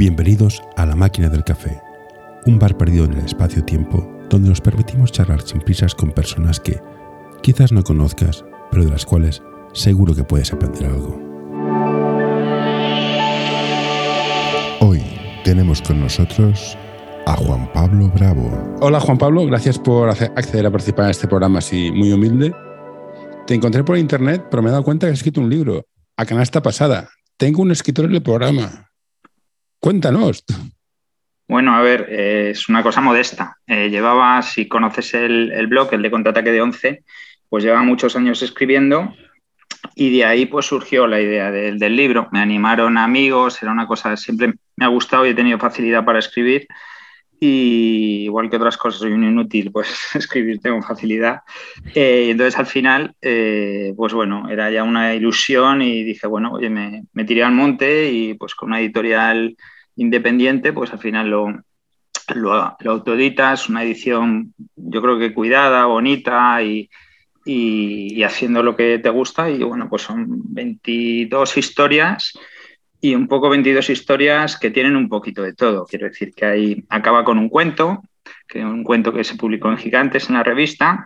Bienvenidos a La Máquina del Café, un bar perdido en el espacio-tiempo donde nos permitimos charlar sin prisas con personas que quizás no conozcas, pero de las cuales seguro que puedes aprender algo. Hoy tenemos con nosotros a Juan Pablo Bravo. Hola Juan Pablo, gracias por acceder a participar en este programa así muy humilde. Te encontré por internet, pero me he dado cuenta que has escrito un libro, A Canasta Pasada. Tengo un escritor en el programa. Cuéntanos. Bueno, a ver, es una cosa modesta. Llevaba, si conoces el blog, el de Contraataque de 11, pues llevaba muchos años escribiendo y de ahí pues surgió la idea del libro. Me animaron amigos, era una cosa, siempre me ha gustado y he tenido facilidad para escribir. Y igual que otras cosas, soy un inútil, pues escribir tengo facilidad. Entonces al final, pues bueno, era ya una ilusión y dije, bueno, oye, me tiré al monte y pues con una editorial independiente, pues al final lo autoeditas, una edición yo creo que cuidada, bonita y haciendo lo que te gusta. Y bueno, pues son 22 historias y un poco 22 historias que tienen un poquito de todo. Quiero decir que ahí acaba con un cuento que se publicó en Gigantes, en la revista,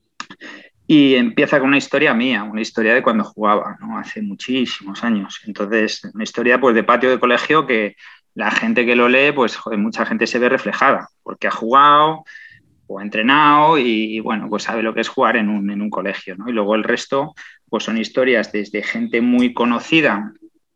y empieza con una historia mía, una historia de cuando jugaba, ¿no? Hace muchísimos años. Entonces, una historia pues de patio de colegio que la gente que lo lee, pues joder, mucha gente se ve reflejada, porque ha jugado o ha entrenado y bueno, pues sabe lo que es jugar en un colegio, ¿no? Y luego el resto, pues son historias desde gente muy conocida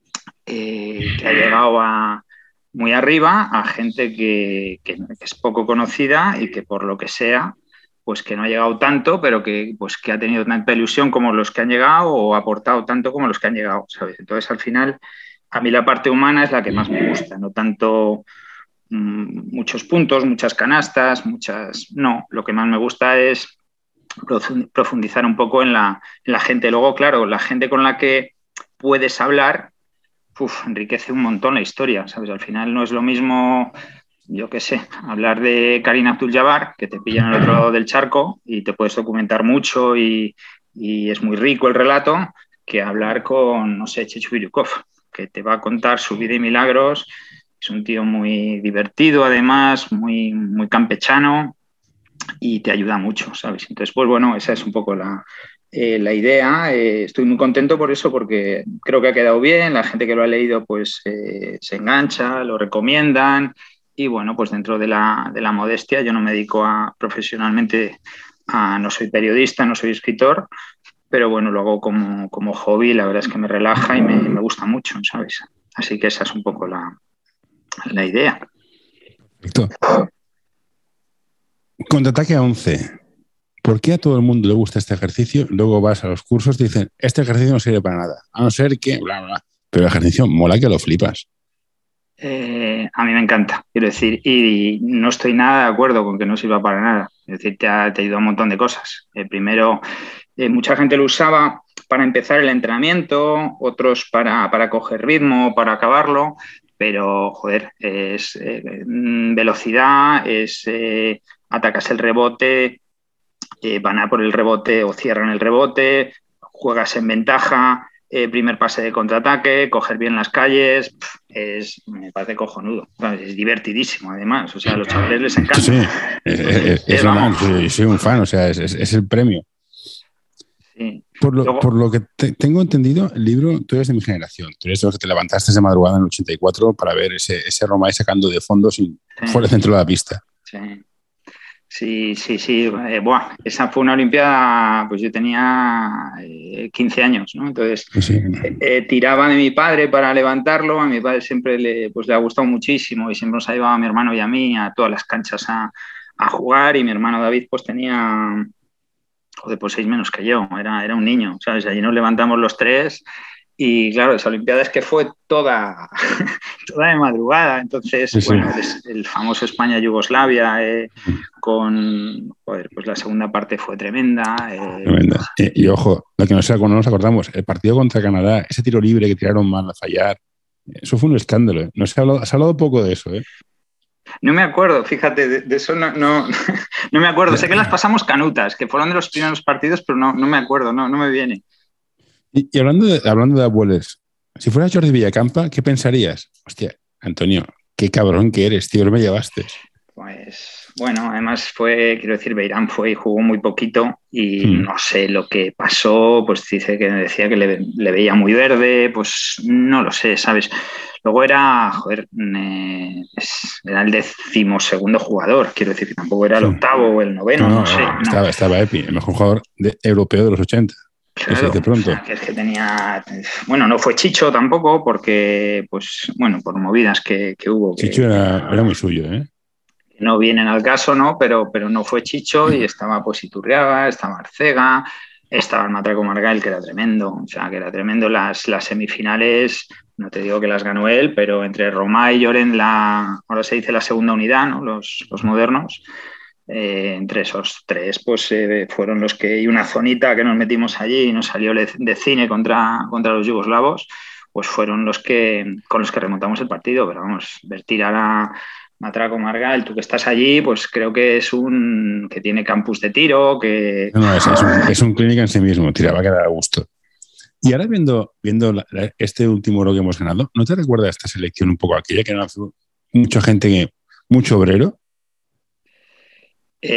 que ha llegado muy arriba, a gente que es poco conocida y que por lo que sea, pues que no ha llegado tanto, pero pues que ha tenido tanta ilusión como los que han llegado o ha aportado tanto como los que han llegado, ¿sabes? Entonces, al final, a mí la parte humana es la que más me gusta, no tanto muchos puntos, muchas canastas, No, lo que más me gusta es profundizar un poco en la gente. Luego, claro, la gente con la que puedes hablar enriquece un montón la historia, ¿sabes? Al final no es lo mismo, yo qué sé, hablar de Karim Abdul-Jabbar, que te pillan al otro lado del charco y te puedes documentar mucho y es muy rico el relato, que hablar con, no sé, Chechu Birukov, que te va a contar su vida y milagros. Es un tío muy divertido, además, muy, muy campechano y te ayuda mucho, ¿sabes? Entonces, pues bueno, esa es un poco la idea. Estoy muy contento por eso, porque creo que ha quedado bien, la gente que lo ha leído pues se engancha, lo recomiendan y bueno, pues dentro de la modestia, yo no me dedico profesionalmente no soy periodista, no soy escritor, pero bueno, lo hago como hobby, la verdad es que me relaja y me gusta mucho, ¿sabes? Así que esa es un poco la idea. Perfecto. Contraataque a 11. ¿Por qué a todo el mundo le gusta este ejercicio? Luego vas a los cursos y te dicen, este ejercicio no sirve para nada, a no ser que bla, bla. Pero el ejercicio mola que lo flipas. A mí me encanta, quiero decir, y no estoy nada de acuerdo con que no sirva para nada. Es decir, te ayuda a un montón de cosas. Primero, mucha gente lo usaba para empezar el entrenamiento, otros para coger ritmo, para acabarlo, pero, joder, es velocidad, atacas el rebote, van a por el rebote o cierran el rebote, juegas en ventaja, primer pase de contraataque, coger bien las calles, me parece cojonudo, es divertidísimo además, o sea, a los chavales les encanta. Sí, es normal, soy un fan, o sea, es el premio. Sí. Por lo que tengo entendido, el libro, tú eres de mi generación, tú eres de los que te levantaste de madrugada en el 84 para ver ese Romay sacando de fondo fuera del centro de la pista. Sí. Esa fue una olimpiada, pues yo tenía 15 años, ¿no? Entonces tiraba de mi padre para levantarlo, a mi padre siempre le ha gustado muchísimo y siempre nos ha llevado a mi hermano y a mí a todas las canchas a jugar, y mi hermano David pues tenía, pues 6 menos que yo, era un niño, ¿sabes? Allí nos levantamos los tres. Y claro, esa Olimpiada es que fue toda de madrugada. Entonces, bueno, el famoso España-Yugoslavia pues la segunda parte fue tremenda. Tremenda. Y ojo, lo que no nos acordamos, el partido contra Canadá, ese tiro libre que tiraron mal a fallar, eso fue un escándalo. Se ha hablado poco de eso, ¿eh? No me acuerdo, fíjate, de eso no me acuerdo. Sé que las pasamos canutas, que fueron de los primeros partidos, pero no me acuerdo, no me viene. Y hablando de abuelos, si fueras Jordi Villacampa, ¿qué pensarías? Hostia, Antonio, Qué cabrón que eres, tío, no me llevaste. Pues bueno, además Beirán fue y jugó muy poquito y no sé lo que pasó, pues decía que le veía muy verde, pues no lo sé, ¿sabes? Luego era el 12º jugador, quiero decir que tampoco era el octavo o el noveno, no sé. Estaba Epi, el mejor jugador europeo de los 80. Claro, de pronto. O sea, que es que tenía... Bueno, no fue Chicho tampoco porque, pues, bueno, por movidas que hubo. Chicho era muy suyo, ¿eh? No vienen al caso, ¿no? Pero no fue Chicho y estaba pues Iturriaga, estaba Arcega, estaba el Matraco Margal, que era tremendo. O sea, que era tremendo. Las semifinales, no te digo que las ganó él, pero entre Romá y Lloren, ahora se dice la segunda unidad, ¿no? Los modernos. Entre esos tres, pues fueron los que... Y una zonita que nos metimos allí y nos salió de cine contra los yugoslavos, pues fueron con los que remontamos el partido. Pero vamos, ver tirar a Matraco Margal, tú que estás allí, pues creo que que tiene campus de tiro, que... No, es un clínica en sí mismo, tiraba que da gusto. Y ahora viendo este último oro que hemos ganado, ¿no te recuerda esta selección un poco aquella que era mucha gente, mucho obrero? Yo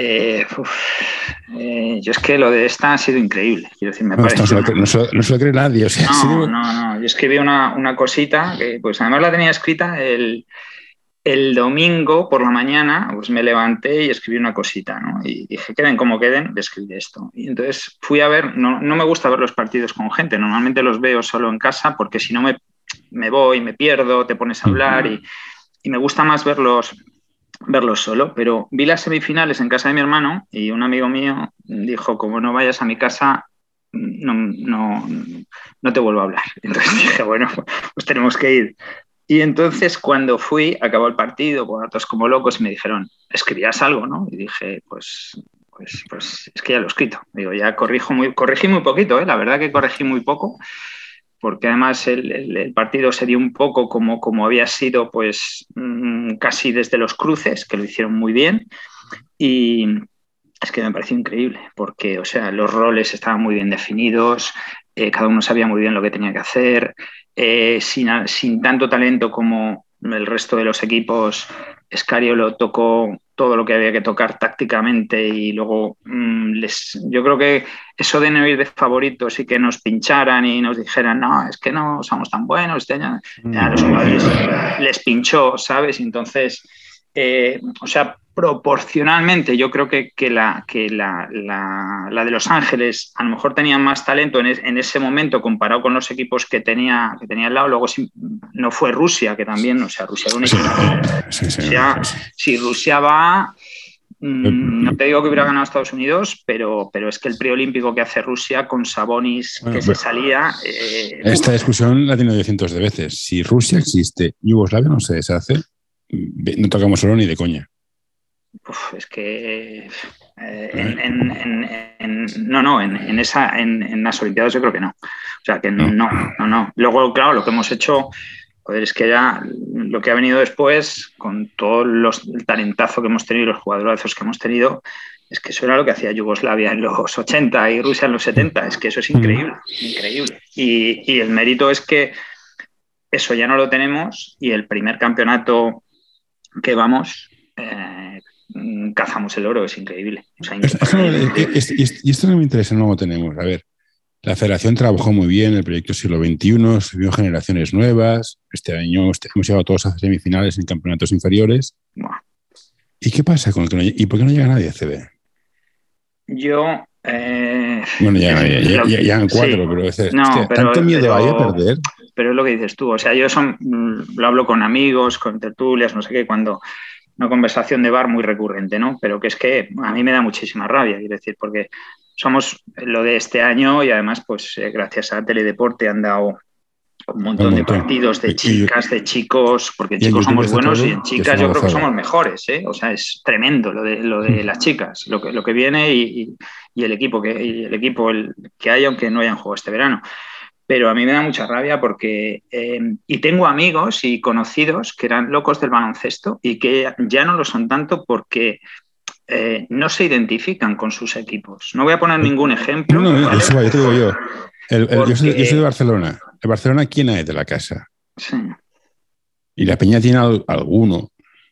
es que lo de esta ha sido increíble. Quiero decir, no se lo cree nadie. O sea, no. Yo escribí una cosita que, pues además la tenía escrita el domingo por la mañana, pues me levanté y escribí una cosita, ¿no? Y dije, queden como queden, voy a escribir esto. Y entonces fui a ver, no me gusta ver los partidos con gente, normalmente los veo solo en casa porque si no me voy, me pierdo, te pones a hablar y me gusta más verlos solo, pero vi las semifinales en casa de mi hermano y un amigo mío dijo, como no vayas a mi casa, no te vuelvo a hablar. Entonces dije, bueno, pues tenemos que ir. Y entonces cuando fui, acabó el partido, con todos como locos y me dijeron, ¿escribías algo, no? Y dije, pues es que ya lo he escrito. Digo, ya corregí muy poquito, la verdad que corregí muy poco, porque además el partido se dio un poco como había sido, pues casi desde los cruces, que lo hicieron muy bien. Y es que me pareció increíble, porque, o sea, los roles estaban muy bien definidos, cada uno sabía muy bien lo que tenía que hacer, sin tanto talento como el resto de los equipos. Scariolo tocó todo lo que había que tocar tácticamente y luego yo creo que eso de no ir de favoritos y que nos pincharan y nos dijeran, no, es que no somos tan buenos, a los jugadores les pinchó, ¿sabes? Entonces, o sea, proporcionalmente yo creo que la de Los Ángeles a lo mejor tenía más talento en ese momento comparado con los equipos que tenía al lado. Luego no fue Rusia, que también, o sea, Rusia era un equipo. Si Rusia va, no te digo que hubiera ganado Estados Unidos, pero es que el preolímpico que hace Rusia con Sabonis, se salía... esta discusión la he tenido cientos de veces. Si Rusia existe, Yugoslavia no se deshace, no tocamos oro ni de coña. Es que en las Olimpiadas yo creo que no. O sea, que no. Luego, claro, lo que hemos hecho, joder, es que ya lo que ha venido después, con todo el talentazo que hemos tenido y los jugadorazos que hemos tenido, es que eso era lo que hacía Yugoslavia en los 80 y Rusia en los 70. Es que eso es increíble, increíble. Y el mérito es que eso ya no lo tenemos y el primer campeonato que vamos... cazamos el oro, es increíble. O sea, y esto no me interesa, no lo tenemos. A ver, la federación trabajó muy bien, el proyecto siglo XXI, se vio generaciones nuevas. Este año hemos llegado todos a semifinales en campeonatos inferiores. Buah. ¿Y qué pasa con el que no, y por qué no llega nadie a CB? Yo... Bueno, llegan 4, sí. pero ¿tanto miedo hay a perder? Pero es lo que dices tú. O sea, yo lo hablo con amigos, con tertulias, no sé qué, cuando... Una conversación de bar muy recurrente, ¿no? Pero que es que a mí me da muchísima rabia, quiero decir, porque somos lo de este año y además, pues gracias a Teledeporte han dado un montón de partidos de chicas, de chicos, porque en chicos somos buenos y en chicas yo creo que somos mejores, ¿eh? O sea, es tremendo lo de las chicas, lo que viene y el equipo que hay, aunque no hayan jugado este verano. Pero a mí me da mucha rabia porque... y tengo amigos y conocidos que eran locos del baloncesto y que ya no lo son tanto porque no se identifican con sus equipos. No voy a poner ningún ejemplo. ¿Vale? Eso va, yo te digo yo. Yo soy de Barcelona. ¿El Barcelona quién hay de la casa? Sí. Y la Peña tiene alguno,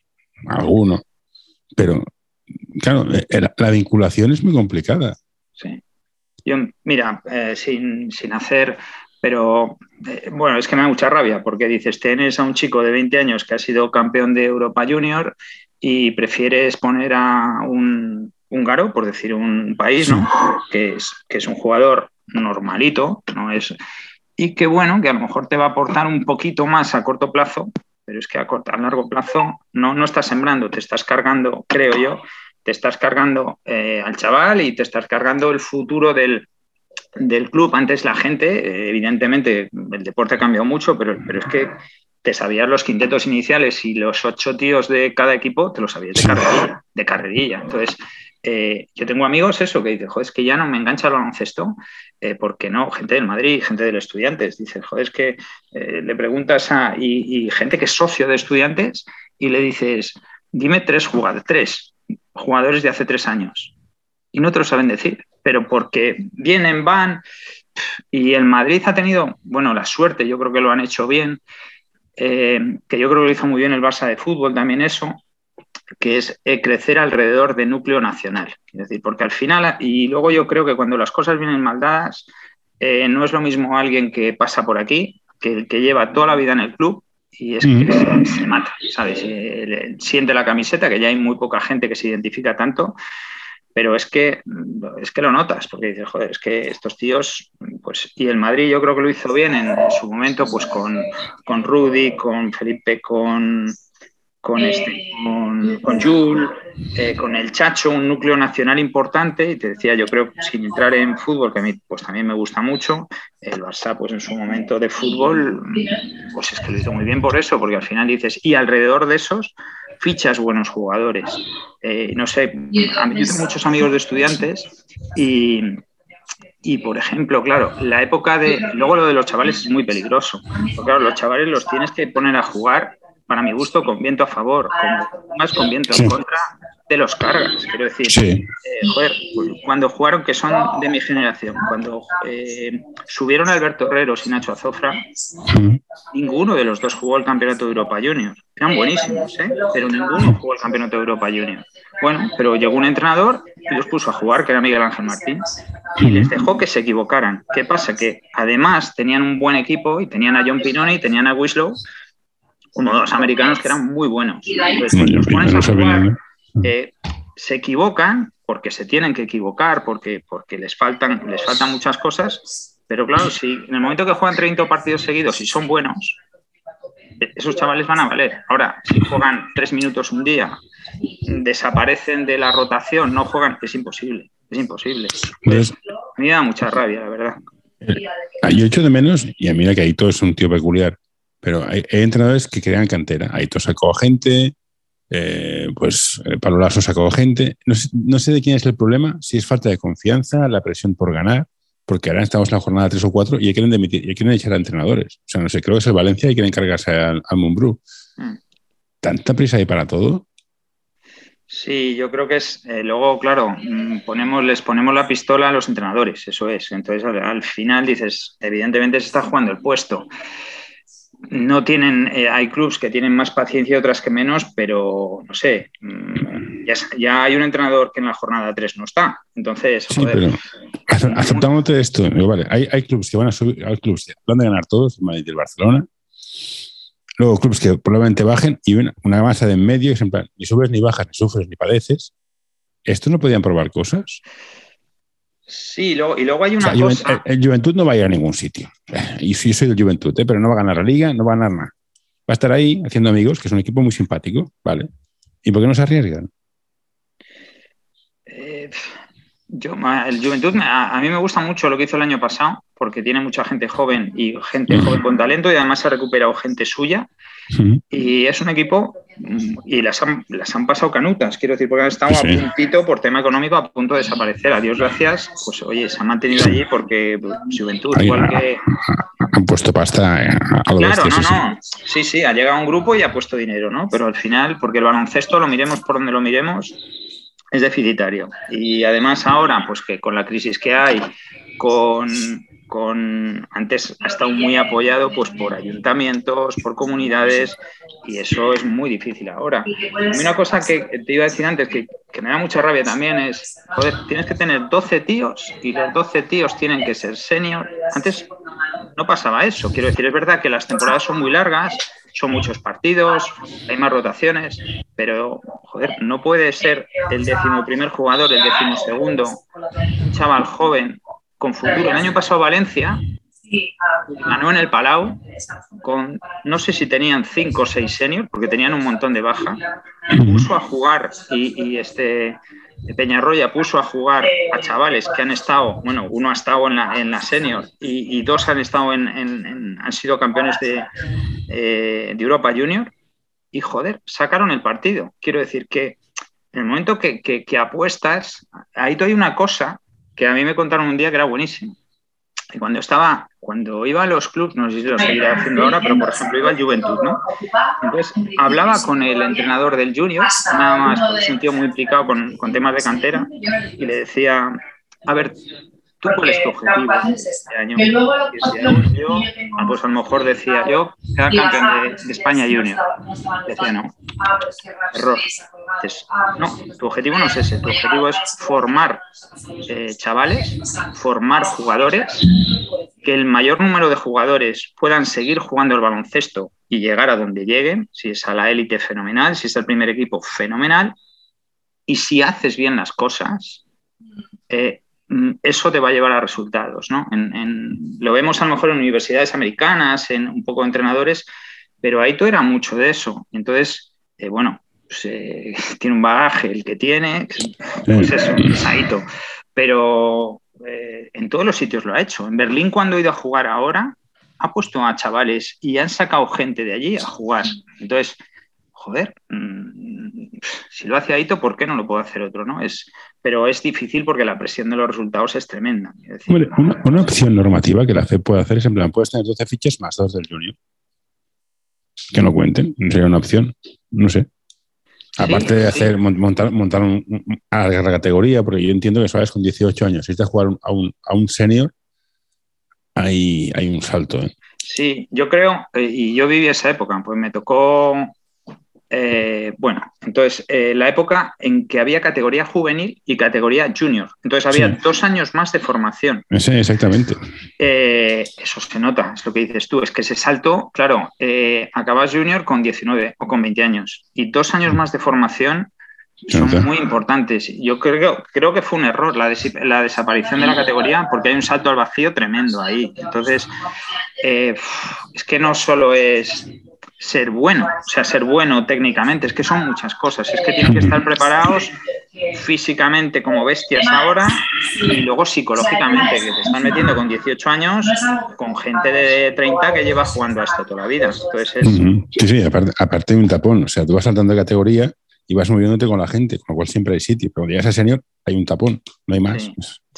pero claro, la vinculación es muy complicada. Sí. Yo, mira, sin hacer, pero bueno, es que me da mucha rabia porque dices, tienes a un chico de 20 años que ha sido campeón de Europa Junior y prefieres poner a un húngaro, por decir un país, ¿no? Que es un jugador normalito, no es, y que bueno, que a lo mejor te va a aportar un poquito más a corto plazo, pero es que a largo plazo no estás sembrando, te estás cargando, creo yo, te estás cargando al chaval y te estás cargando el futuro del club. Antes la gente, evidentemente, el deporte ha cambiado mucho, pero es que te sabías los quintetos iniciales y los 8 tíos de cada equipo te los sabías de carrerilla. Entonces, yo tengo amigos eso que dicen, joder, es que ya no me engancha el baloncesto, porque no, gente del Madrid, gente del Estudiantes, dicen, joder, es que le preguntas y gente que es socio de Estudiantes y le dices, dime 3 jugadores de hace 3 años. Y no te lo saben decir, pero porque vienen, van, y el Madrid ha tenido, bueno, la suerte, yo creo que lo han hecho bien, que yo creo que lo hizo muy bien el Barça de fútbol también eso, que es crecer alrededor de núcleo nacional. Es decir, porque al final, y luego yo creo que cuando las cosas vienen mal dadas, no es lo mismo alguien que pasa por aquí, que lleva toda la vida en el club, y es que se mata, ¿sabes? Siente la camiseta, que ya hay muy poca gente que se identifica tanto, pero es que lo notas, porque dices, joder, es que estos tíos, pues, y el Madrid yo creo que lo hizo bien en su momento, pues con Rudy, con Felipe, con Jul, con el Chacho, un núcleo nacional importante, y te decía, yo creo, sin entrar en fútbol, que a mí pues también me gusta mucho, el Barça pues en su momento de fútbol, pues es que lo hizo muy bien por eso, porque al final dices, y alrededor de esos fichas buenos jugadores. No sé, a mí yo tengo muchos amigos de Estudiantes y, por ejemplo, claro, la época de... Luego lo de los chavales es muy peligroso, porque claro, los chavales los tienes que poner a jugar, para mi gusto, con viento a favor, más con viento en contra, de los cargas. Quiero decir, joder, cuando jugaron, que son de mi generación, cuando subieron a Alberto Herreros y Nacho Azofra, ninguno de los dos jugó el Campeonato de Europa Junior. Eran buenísimos, pero ninguno jugó el Campeonato de Europa Junior. Bueno, pero llegó un entrenador y los puso a jugar, que era Miguel Ángel Martín, y les dejó que se equivocaran. ¿Qué pasa? Que además tenían un buen equipo y tenían a John Pinoni y tenían a Winslow, como dos americanos que eran muy buenos. Entonces, los pones a jugar, se equivocan porque se tienen que equivocar, porque les faltan muchas cosas, pero claro, si en el momento que juegan 30 partidos seguidos y son buenos, esos chavales van a valer. Ahora, si juegan 3 minutos un día, desaparecen de la rotación, no juegan, es imposible. Pues, a mí me da mucha rabia, la verdad. Yo echo de menos, y a mí que Aito es un tío peculiar, pero hay entrenadores que crean cantera. Aito sacó gente, Pablo Lasso sacó gente. No sé de quién es el problema, si es falta de confianza, la presión por ganar, porque ahora estamos en la jornada 3 o 4 y quieren echar a entrenadores. O sea, no sé, creo que es el Valencia y quieren cargarse al Mumbrú. ¿Tanta prisa hay para todo? Sí, yo creo que es... luego, claro, les ponemos la pistola a los entrenadores, eso es. Entonces, al final dices, evidentemente se está jugando el puesto. No tienen, hay clubs que tienen más paciencia y otras que menos, pero no sé, ya hay un entrenador que en la jornada 3 no está. Entonces, sí, joder, pero aceptándote esto, digo, vale, hay clubs que van a subir, hay clubs que van a ganar todos, el Madrid y el Barcelona. Luego clubs que probablemente bajen y una masa de en medio, es en plan, ni subes ni bajas, ni sufres ni padeces. ¿Esto no podían probar cosas? Sí, y luego hay una cosa... El Juventud no va a ir a ningún sitio. Y sí, soy del Juventud, pero no va a ganar la Liga, no va a ganar nada. Va a estar ahí haciendo amigos, que es un equipo muy simpático, ¿vale? ¿Y por qué no se arriesgan? El Juventud, a mí me gusta mucho lo que hizo el año pasado, porque tiene mucha gente joven y gente joven con talento, y además se ha recuperado gente suya. Y es un equipo, y las han pasado canutas, quiero decir, porque han estado a puntito, por tema económico, a punto de desaparecer. A Dios gracias, pues oye, se han mantenido allí porque Juventud, igual que... Han puesto pasta a lo Claro, bestia, sí, ha llegado un grupo y ha puesto dinero, ¿no? Pero al final, porque el baloncesto, lo miremos por donde lo miremos, es deficitario. Y además ahora, pues que con la crisis que hay, con antes ha estado muy apoyado pues por ayuntamientos, por comunidades, y eso es muy difícil ahora. A mí una cosa que te iba a decir antes, que me da mucha rabia también, es, joder, tienes que tener 12 tíos y los 12 tíos tienen que ser senior. Antes no pasaba eso. Quiero decir, es verdad que las temporadas son muy largas, son muchos partidos, hay más rotaciones, pero, joder, no puede ser el 11º jugador, el 12º, un chaval joven con futuro. El año pasado Valencia ganó en el Palau con, no sé si tenían 5 o 6 seniors, porque tenían un montón de baja, puso a jugar y Peñarroya puso a jugar a chavales que han estado, bueno, uno ha estado en la senior y 2 han estado han sido campeones de Europa Junior, y joder, sacaron el partido. Quiero decir que en el momento que apuestas, ahí hay una cosa que a mí me contaron un día que era buenísimo. Y cuando iba a los clubs, no sé si lo seguirá haciendo ahora, pero por ejemplo iba al Juventud, ¿no? Entonces hablaba con el entrenador del Junior, nada más, porque es un tío muy implicado con temas de cantera, y le decía, a ver, ¿tú cuál es tu objetivo este año? Y decía, yo, pues a lo mejor decía, yo quedar campeón de España Junior. Decía, no, error. Entonces, no, tu objetivo no es ese, tu objetivo es formar chavales, formar jugadores, que el mayor número de jugadores puedan seguir jugando el baloncesto y llegar a donde lleguen. Si es a la élite, fenomenal; si es el primer equipo, fenomenal. Y si haces bien las cosas, eso te va a llevar a resultados, ¿no? Lo vemos a lo mejor en universidades americanas, en un poco de entrenadores, pero Aito era mucho de eso. Entonces, bueno, pues, tiene un bagaje el que tiene, pues eso, es Aito. Pero en todos los sitios lo ha hecho. En Berlín, cuando ha ido a jugar ahora, ha puesto a chavales y han sacado gente de allí a jugar. Entonces, joder, si lo hace Aito, ¿por qué no lo puede hacer otro, no? Pero es difícil porque la presión de los resultados es tremenda. Es decir, una opción normativa que la FED puede hacer es, en plan, puedes tener 12 fichas más 2 del junior. Que no cuenten, sería una opción, no sé. Aparte de hacer montar a la categoría, porque yo entiendo que sabes, con 18 años, si estás a jugar a un senior, hay un salto. Sí, yo creo, y yo viví esa época, pues me tocó, entonces, la época en que había categoría juvenil y categoría junior. Entonces había 2 años más de formación. Sí, exactamente. Eso se nota, es lo que dices tú, es que ese salto, claro, acabas junior con 19 o con 20 años y 2 años más de formación son muy importantes. Yo creo que fue un error la desaparición de la categoría, porque hay un salto al vacío tremendo ahí. Entonces, es que no solo es ser bueno, o sea, ser bueno técnicamente, es que son muchas cosas, es que tienen que estar preparados físicamente como bestias ahora, y luego psicológicamente, que te están metiendo con 18 años con gente de 30 que lleva jugando a esto toda la vida. Entonces Sí, aparte de un tapón, o sea, tú vas saltando de categoría y vas moviéndote con la gente, con lo cual siempre hay sitio, pero cuando llegas a senior hay un tapón, no hay más.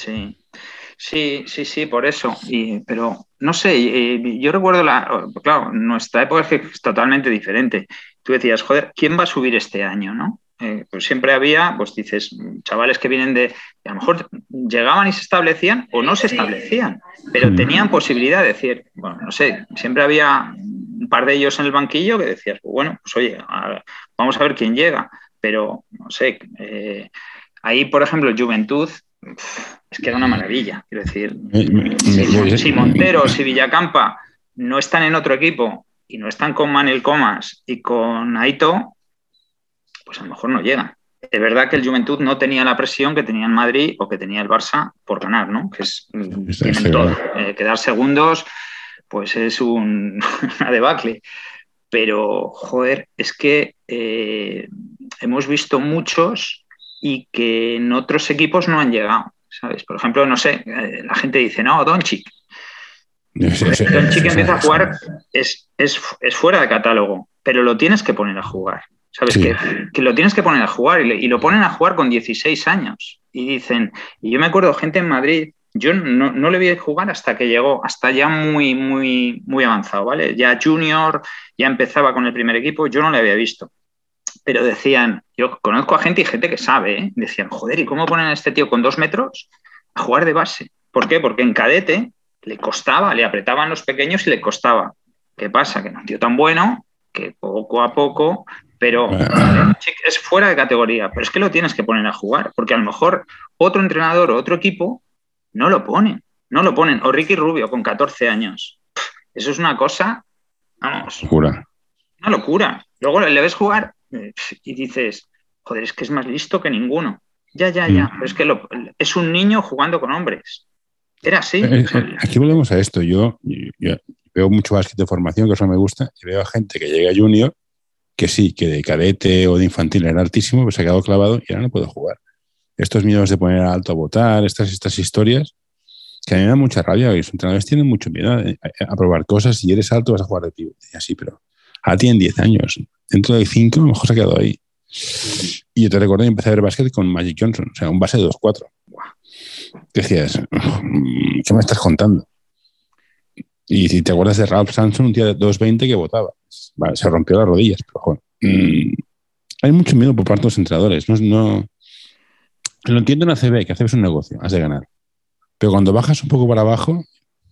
Sí, por eso. Pero no sé, yo recuerdo claro, nuestra época es totalmente diferente. Tú decías, joder, ¿quién va a subir este año, no? Pues siempre había, pues dices, chavales que vienen a lo mejor llegaban y se establecían o no se establecían, pero tenían posibilidad de decir, bueno, no sé, siempre había un par de ellos en el banquillo que decías, bueno, pues oye, vamos a ver quién llega. Pero, no sé, ahí, por ejemplo, Juventud, es que era una maravilla. Quiero decir, si Montero, si Villacampa no están en otro equipo y no están con Manel Comas y con Aito, pues a lo mejor no llegan. Es verdad que el Juventud no tenía la presión que tenía el Madrid o que tenía el Barça por ganar, ¿no? Que tienen todo. Quedar segundos, pues es una debacle. Pero, joder, es que hemos visto muchos y que en otros equipos no han llegado, ¿sabes? Por ejemplo, no sé, la gente dice, no, Doncic. Doncic empieza a jugar, es fuera de catálogo, pero lo tienes que poner a jugar, ¿sabes? Sí. Que lo tienes que poner a jugar y lo ponen a jugar con 16 años. Y dicen, y yo me acuerdo gente en Madrid, yo no le vi jugar hasta que llegó, hasta ya muy, muy, muy avanzado, ¿vale? Ya junior, ya empezaba con el primer equipo, yo no le había visto. Pero decían, yo conozco a gente y gente que sabe, ¿eh? Decían, joder, ¿y cómo ponen a este tío con 2 metros a jugar de base? ¿Por qué? Porque en cadete le costaba, le apretaban los pequeños y le costaba. ¿Qué pasa? Que no es un tío tan bueno que poco a poco, pero vale, es fuera de categoría, pero es que lo tienes que poner a jugar, porque a lo mejor otro entrenador o otro equipo no lo ponen. O Ricky Rubio con 14 años. Eso es una cosa, vamos, Locura. una locura. Luego le ves jugar y dices, joder, es que es más listo que ninguno. Ya, pero es que es un niño jugando con hombres. Era así. Aquí volvemos a esto. Yo veo mucho básquet de formación, que eso me gusta, y veo a gente que llega a junior, que sí, que de cadete o de infantil era altísimo, pero se ha quedado clavado y ahora no puede jugar. Estos miedos de poner a alto a votar, estas historias, que a mí me da mucha rabia, y los entrenadores tienen mucho miedo a probar cosas. Si eres alto vas a jugar de pívot. Y así, pero ahora tienen 10 años. Dentro de 5 a lo mejor se ha quedado ahí. Y yo te recuerdo que empecé a ver básquet con Magic Johnson, o sea, un base de 2-4. Decías, ¿qué me estás contando? Y si te acuerdas de Ralph Sampson, un tío de 2.20 que votaba. Vale, se rompió las rodillas, pero joder. Hay mucho miedo por parte de los entrenadores. No, lo entiendo en ACB, que ACB es un negocio, has de ganar. Pero cuando bajas un poco para abajo,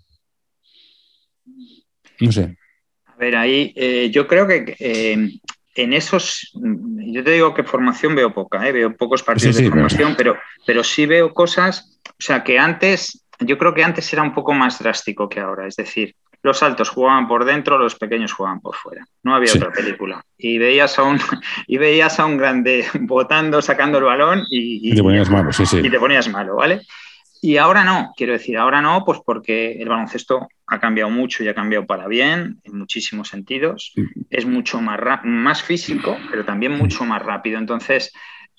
no sé. A ver, ahí yo creo que en esos, yo te digo que formación veo poca, veo pocos partidos de formación, pero sí veo cosas, o sea, que antes, yo creo que antes era un poco más drástico que ahora, es decir, los altos jugaban por dentro, los pequeños jugaban por fuera, no había otra película. Y veías a un grande botando, sacando el balón y te ponías malo, y te ponías malo, ¿vale? Y ahora no, quiero decir, ahora no, pues porque el baloncesto ha cambiado mucho y ha cambiado para bien en muchísimos sentidos. Es mucho más físico, pero también mucho más rápido. Entonces,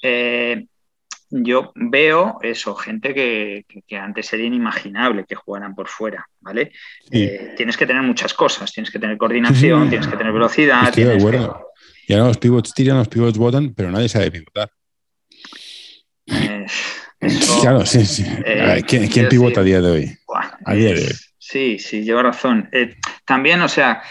yo veo eso, gente que antes era inimaginable que jugaran por fuera, ¿vale? Tienes que tener muchas cosas, tienes que tener coordinación, tienes que tener velocidad. Estoy de acuerdo. Y ahora los pivots tiran, los pivots botan, pero nadie sabe pivotar. Eso, claro, sí. ¿Quién pivota a día de hoy? A día de hoy. Sí, lleva razón. También, o sea,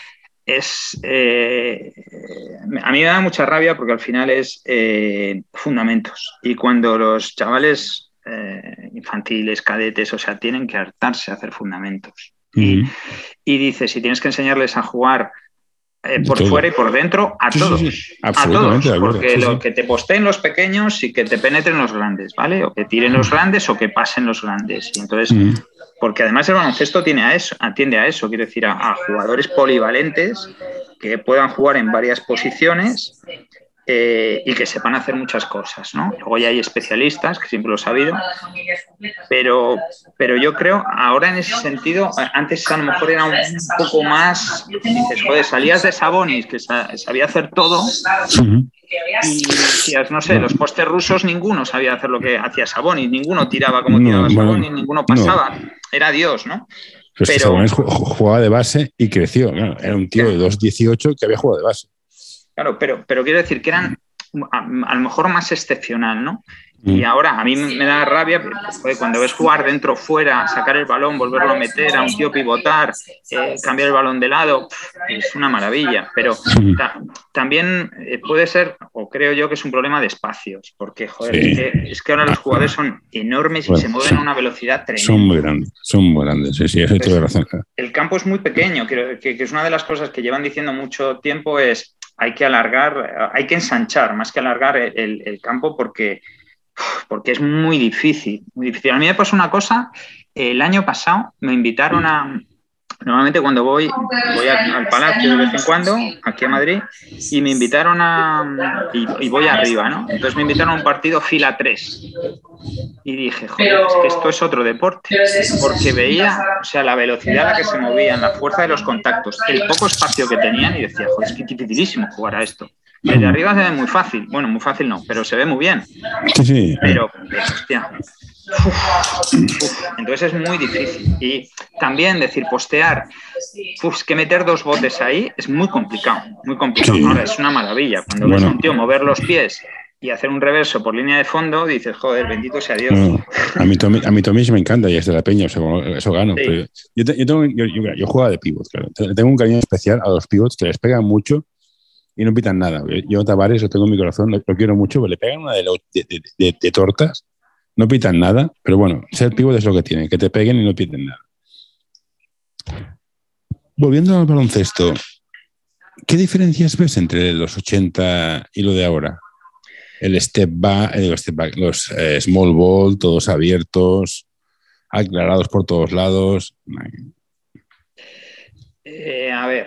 a mí me da mucha rabia porque al final es fundamentos. Y cuando los chavales infantiles, cadetes, o sea, tienen que hartarse a hacer fundamentos. Y dices, si tienes que enseñarles a jugar por fuera y por dentro, a todos. Absolutamente a todos, porque lo que te posteen los pequeños y que te penetren los grandes, ¿vale? O que tiren los grandes o que pasen los grandes. Y entonces, porque además el baloncesto atiende a eso, quiero decir, a jugadores polivalentes que puedan jugar en varias posiciones y que sepan hacer muchas cosas, ¿no? Luego ya hay especialistas, que siempre lo he sabido, pero yo creo, ahora en ese sentido, antes a lo mejor era un poco más, dices, joder, salías de Sabonis, que sabía hacer todo, y decías, no sé, los postes rusos, ninguno sabía hacer lo que hacía Sabonis, ninguno tiraba como tiraba Sabonis, ninguno pasaba, era Dios, ¿no? Pero Sabonis jugaba de base y creció, claro, era un tío de 2.18 que había jugado de base. Claro, pero quiero decir que eran a lo mejor más excepcional, ¿no? Y ahora a mí me da rabia porque cuando ves jugar dentro, fuera, sacar el balón, volverlo a meter, a un tío pivotar, cambiar el balón de lado, es una maravilla. Pero también puede ser, o creo yo que es un problema de espacios, porque joder, es que ahora los jugadores son enormes y se mueven a una velocidad tremenda. Son muy grandes, sí, eso tiene razón. El campo es muy pequeño, que es una de las cosas que llevan diciendo mucho tiempo es hay que alargar, hay que ensanchar más que alargar el campo porque es muy difícil, muy difícil. A mí me pasó una cosa, el año pasado me invitaron normalmente cuando voy al Palacio de vez en cuando, aquí a Madrid, y me invitaron y voy arriba, ¿no? Entonces me invitaron a un partido fila 3. Y dije, joder, es que esto es otro deporte, porque veía, o sea, la velocidad a la que se movían, la fuerza de los contactos, el poco espacio que tenían y decía, joder, es que dificilísimo jugar a esto. Desde arriba se ve muy fácil, bueno, muy fácil no, pero se ve muy bien. Sí. Pero hostia, entonces es muy difícil. Y también decir postear, es que meter 2 botes ahí es muy complicado, muy complicado. Sí. Ahora es una maravilla. Cuando ves a un tío mover los pies y hacer un reverso por línea de fondo, dices, joder, bendito sea Dios. A mí Tomic me encanta y es de la Peña, eso gano. Sí. Pero yo jugaba de pivot, claro. Tengo un cariño especial a los pivots que les pegan mucho y no pitan nada. Yo Tavares lo tengo en mi corazón, lo quiero mucho, pero le pegan una de tortas, no pitan nada, pero bueno, ser pivot es lo que tiene, que te peguen y no piten nada. Volviendo al baloncesto, ¿qué diferencias ves entre los 80 y lo de ahora? El step back, los small ball, todos abiertos, aclarados por todos lados. A ver,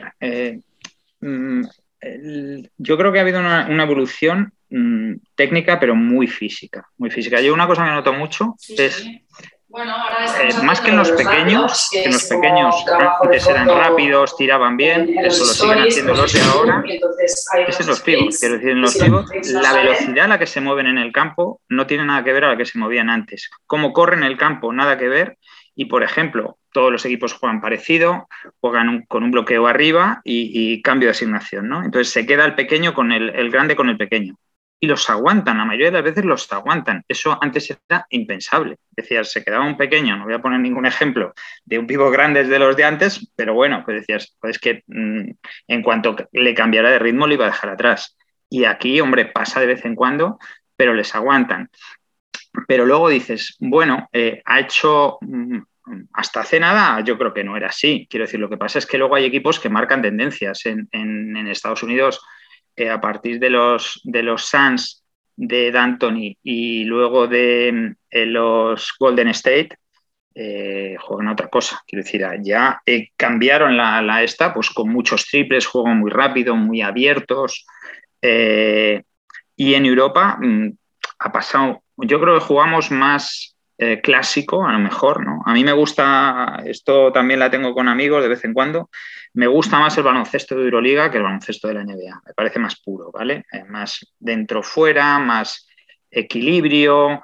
yo creo que ha habido una evolución técnica, pero muy física, muy física. Yo una cosa que noto mucho es más que en los pequeños, antes eran rápidos, tiraban bien, eso lo siguen haciendo los de ahora, es en los pivots. Quiero decir, en los pivots, la velocidad a la que se mueven en el campo no tiene nada que ver a la que se movían antes. Cómo corren en el campo, nada que ver. Y, por ejemplo, todos los equipos juegan parecido, juegan con un bloqueo arriba y cambio de asignación, ¿no? Entonces se queda el pequeño con el grande con el pequeño. Y los aguantan, la mayoría de las veces los aguantan. Eso antes era impensable. Decías, se quedaba un pequeño, no voy a poner ningún ejemplo de un pívot grande de los de antes, pero bueno, pues decías, pues es que en cuanto le cambiara de ritmo lo iba a dejar atrás. Y aquí, hombre, pasa de vez en cuando, pero les aguantan. Pero luego dices, bueno, ha hecho... hasta hace nada yo creo que no era así. Quiero decir, lo que pasa es que luego hay equipos que marcan tendencias. En Estados Unidos, a partir de los Suns de D'Antoni y luego de los Golden State, juegan otra cosa. Quiero decir, ya cambiaron la esta, pues con muchos triples, juegan muy rápido, muy abiertos. Y en Europa ha pasado, yo creo que jugamos más clásico, a lo mejor, ¿no? A mí me gusta, esto también la tengo con amigos de vez en cuando, me gusta más el baloncesto de Euroliga que el baloncesto de la NBA. Me parece más puro, ¿vale? Más dentro-fuera, más equilibrio,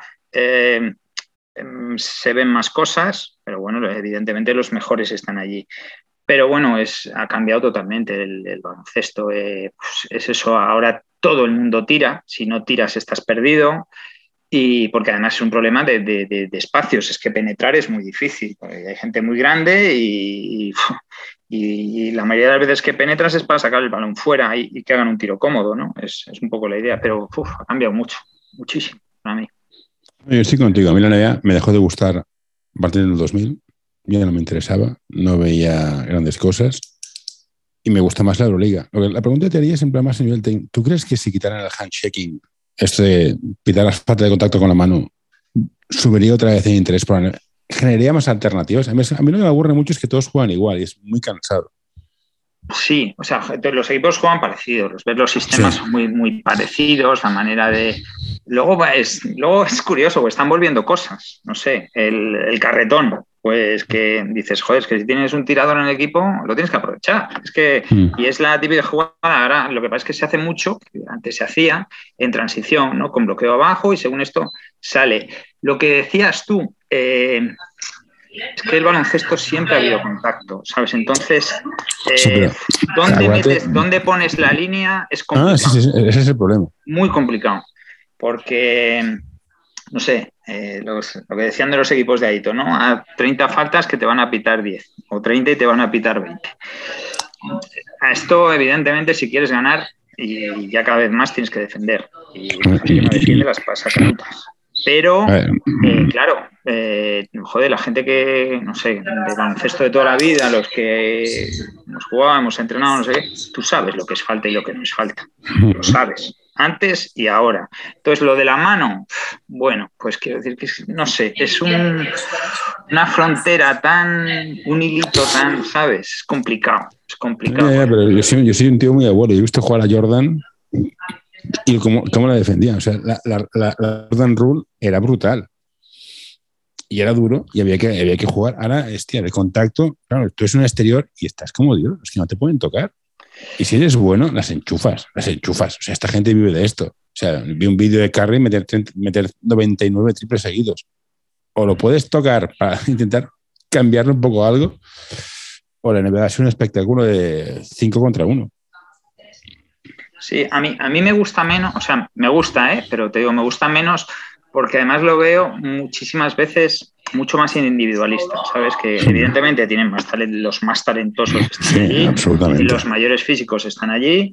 se ven más cosas, pero bueno, evidentemente los mejores están allí. Pero bueno, ha cambiado totalmente el baloncesto. Pues es eso, ahora todo el mundo tira. Si no tiras, estás perdido. Y porque además es un problema de espacios. Es que penetrar es muy difícil. Hay gente muy grande y la mayoría de las veces que penetras es para sacar el balón fuera y que hagan un tiro cómodo, ¿no? Es un poco la idea. Pero ha cambiado mucho, muchísimo para mí. Yo estoy contigo. A mí la NBA me dejó de gustar a partir del 2000. Ya no me interesaba, no veía grandes cosas y me gusta más la Euroliga. La pregunta que te haría es en plan más a nivel técnico. ¿Tú crees que si quitaran el handshaking, esto de pitar la falta de contacto con la mano, subiría otra vez el interés? ¿Generaría más alternativas? A mí lo que me aburre mucho es que todos juegan igual y es muy cansado. Sí, o sea, los equipos juegan parecidos, los sistemas son muy, muy parecidos, la manera de... Luego es curioso, pues están volviendo cosas, no sé, el carretón, pues que dices, joder, es que si tienes un tirador en el equipo, lo tienes que aprovechar. Es que, y es la típica jugada, ahora lo que pasa es que se hace mucho, que antes se hacía, en transición, ¿no? Con bloqueo abajo y según esto sale. Lo que decías tú, es que el baloncesto siempre ha habido contacto, ¿sabes? Entonces, ¿dónde pones la línea? Es complicado. Sí, ese es el problema. Muy complicado, porque, no sé, lo que decían de los equipos de Aito, ¿no? A 30 faltas que te van a pitar 10, o 30 y te van a pitar 20. A esto, evidentemente, si quieres ganar, y ya cada vez más tienes que defender. Y el que no defiende las pasa canutas. Pero, claro, joder, la gente que, no sé, de baloncesto de toda la vida, los que hemos jugado, hemos entrenado, no sé qué, tú sabes lo que es falta y lo que no es falta. Lo sabes, antes y ahora. Entonces, lo de la mano, bueno, pues quiero decir que, no sé, es una frontera un hilito tan, ¿sabes? Es complicado, es complicado. Pero yo soy un tío muy abuelo. Yo he visto jugar a Jordan y cómo la defendía. O sea, la Jordan Rule era brutal. Y era duro y había que jugar. Ahora, de contacto, claro, tú eres un exterior y estás como Dios, es que no te pueden tocar. Y si eres bueno, las enchufas. O sea, esta gente vive de esto. O sea, vi un vídeo de Curry meter 99 triples seguidos. O lo puedes tocar para intentar cambiarle un poco algo, o la NBA es un espectáculo de 5 contra 1. Sí, a mí me gusta menos, o sea, me gusta, pero te digo, me gusta menos porque además lo veo muchísimas veces mucho más individualista, ¿sabes? Que evidentemente tienen más talento, los más talentosos están allí, absolutamente. Los mayores físicos están allí,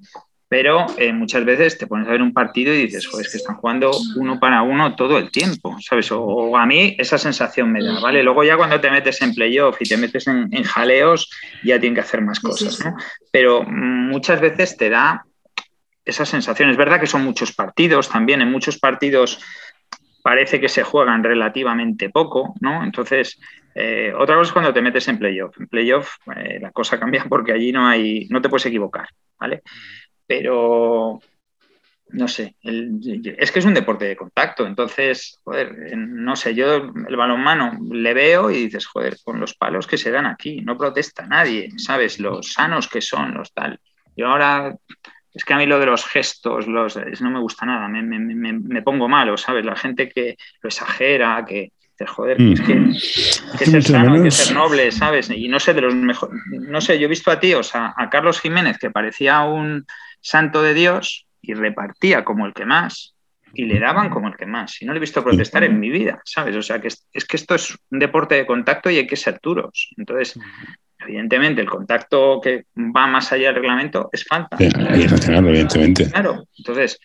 Pero muchas veces te pones a ver un partido y dices, joder, es que están jugando 1-1 todo el tiempo, ¿sabes? O a mí esa sensación me da, ¿vale? Luego ya cuando te metes en playoff y te metes en jaleos, ya tienen que hacer más cosas, ¿no? Pero muchas veces te da esa sensación. Es verdad que son muchos partidos también, en muchos partidos parece que se juegan relativamente poco, ¿no? Entonces, otra cosa es cuando te metes en playoff. En playoff la cosa cambia porque allí no te puedes equivocar, ¿vale? Pero no sé, es que es un deporte de contacto, entonces, joder, no sé, yo el balonmano le veo y dices, joder, con los palos que se dan aquí, no protesta nadie, ¿sabes? Los sanos que son, los tal. Yo ahora, es que a mí lo de los gestos, no me gusta nada, me pongo malo, ¿sabes? La gente que lo exagera, que joder, es que ser sano, hay que ser noble, ¿sabes? Y no sé, de los mejores, no sé, yo he visto a tíos, a Carlos Jiménez, que parecía un santo de Dios y repartía como el que más y le daban como el que más. Y no le he visto protestar en mi vida, ¿sabes? O sea, que es que esto es un deporte de contacto y hay que ser duros. Entonces, evidentemente, el contacto que va más allá del reglamento es falta. Sí, hay que sancionarlo, evidentemente. Claro, entonces...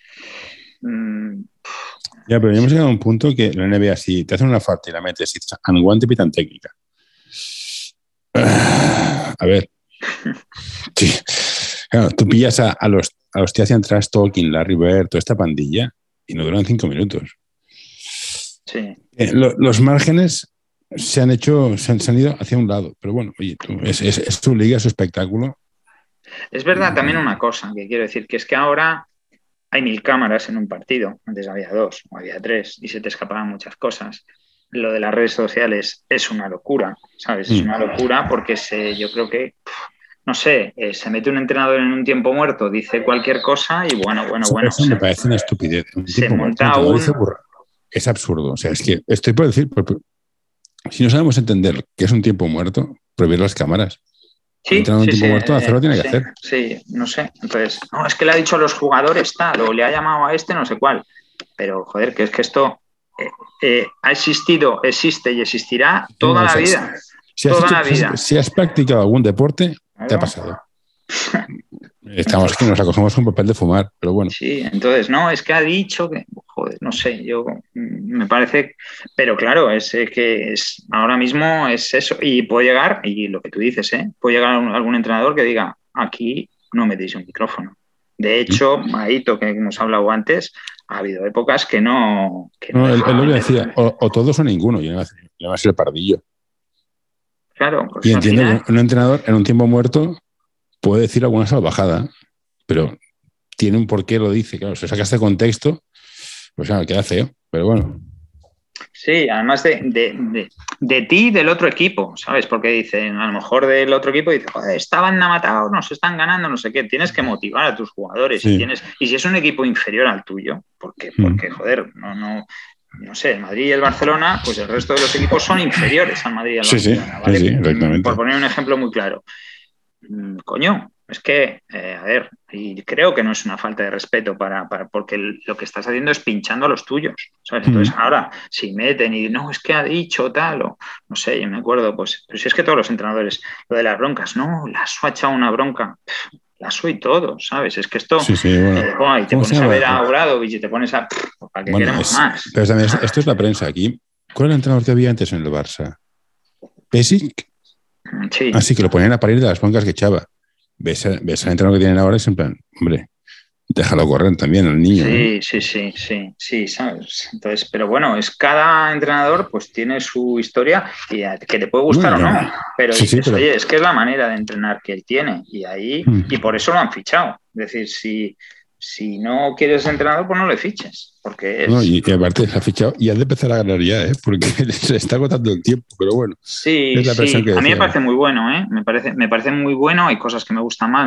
Ya, pero ya hemos llegado a un punto que la NBA, si te hacen una falta y la metes, y guante pitan técnica. A ver. Sí. Claro, tú pillas a los que hacían trash talking, Larry Bird, toda esta pandilla, y no duran 5 minutos. Sí. Los márgenes se han ido hacia un lado, pero bueno, oye, es tu liga, es su espectáculo. Es verdad también una cosa que quiero decir, que es que ahora hay 1000 cámaras en un partido, antes había 2 o había 3 y se te escapaban muchas cosas. Lo de las redes sociales es una locura, ¿sabes? Es una locura porque yo creo que, no sé, se mete un entrenador en un tiempo muerto, dice cualquier cosa y bueno. Eso me parece una estupidez. Un se tiempo monta muerto, es absurdo. O sea, es que estoy por decir, si no sabemos entender qué es un tiempo muerto, prohibir las cámaras. Sí, un tiempo muerto, hacerlo tiene que hacer. Sí, no sé. Entonces, no, es que le ha dicho a los jugadores tal, o le ha llamado a este no sé cuál. Pero, joder, que es que esto ha existido, existe y existirá toda la vida. Si has practicado algún deporte, te ha pasado. Estamos que nos acogemos con papel de fumar, pero bueno. Sí, entonces, no, es que ha dicho que, joder, no sé, yo me parece, pero claro, es que ahora mismo es eso, y puede llegar, y lo que tú dices, puede llegar algún entrenador que diga, aquí no metéis un micrófono. De hecho, Maito, que hemos hablado antes, ha habido épocas que no. Él lo que decía, o todos o ninguno, y no va a ser el pardillo. Claro, pues y entiendo que un entrenador en un tiempo muerto puede decir alguna salvajada, pero tiene un porqué lo dice. Claro, si sacas de contexto, pues claro, queda feo, pero bueno. Sí, además de ti y del otro equipo, ¿sabes? Porque dicen, a lo mejor del otro equipo dice, joder, estaban matados, nos están ganando, no sé qué. Tienes que motivar a tus jugadores. Sí. Y si es un equipo inferior al tuyo, porque joder, no sé, el Madrid y el Barcelona, pues el resto de los equipos son inferiores al Madrid y al Barcelona, ¿vale? Sí, exactamente. Por poner un ejemplo muy claro. Coño, es que, a ver, y creo que no es una falta de respeto porque lo que estás haciendo es pinchando a los tuyos, ¿sabes? Entonces ahora, si meten y no, es que ha dicho tal, o no sé, yo me acuerdo, pues, pero si es que todos los entrenadores, lo de las broncas, no, la SU ha echado una bronca, la SU y todo, ¿sabes? Es que esto, bueno. y te pones a ver a Obradovic y te pones a, ¿para qué queremos más? Pero también esto es la prensa aquí. ¿Cuál era el entrenador que había antes en el Barça? ¿Pesic? Sí. Así que lo ponían a parir de las broncas que echaba. Ves al entrenador que tienen ahora, es en plan, hombre, déjalo correr también al niño. Sí, ¿sabes? Entonces, pero bueno, cada entrenador pues tiene su historia y que te puede gustar o no, pero dices, oye, es que es la manera de entrenar que él tiene y ahí, y por eso lo han fichado. Es decir, si no quieres entrenador, pues no le fiches. Porque y aparte se ha fichado y has de empezar a ganar ya, porque se está agotando el tiempo, pero bueno. Sí, a mí me parece muy bueno, me parece muy bueno. Hay cosas que me gustan más.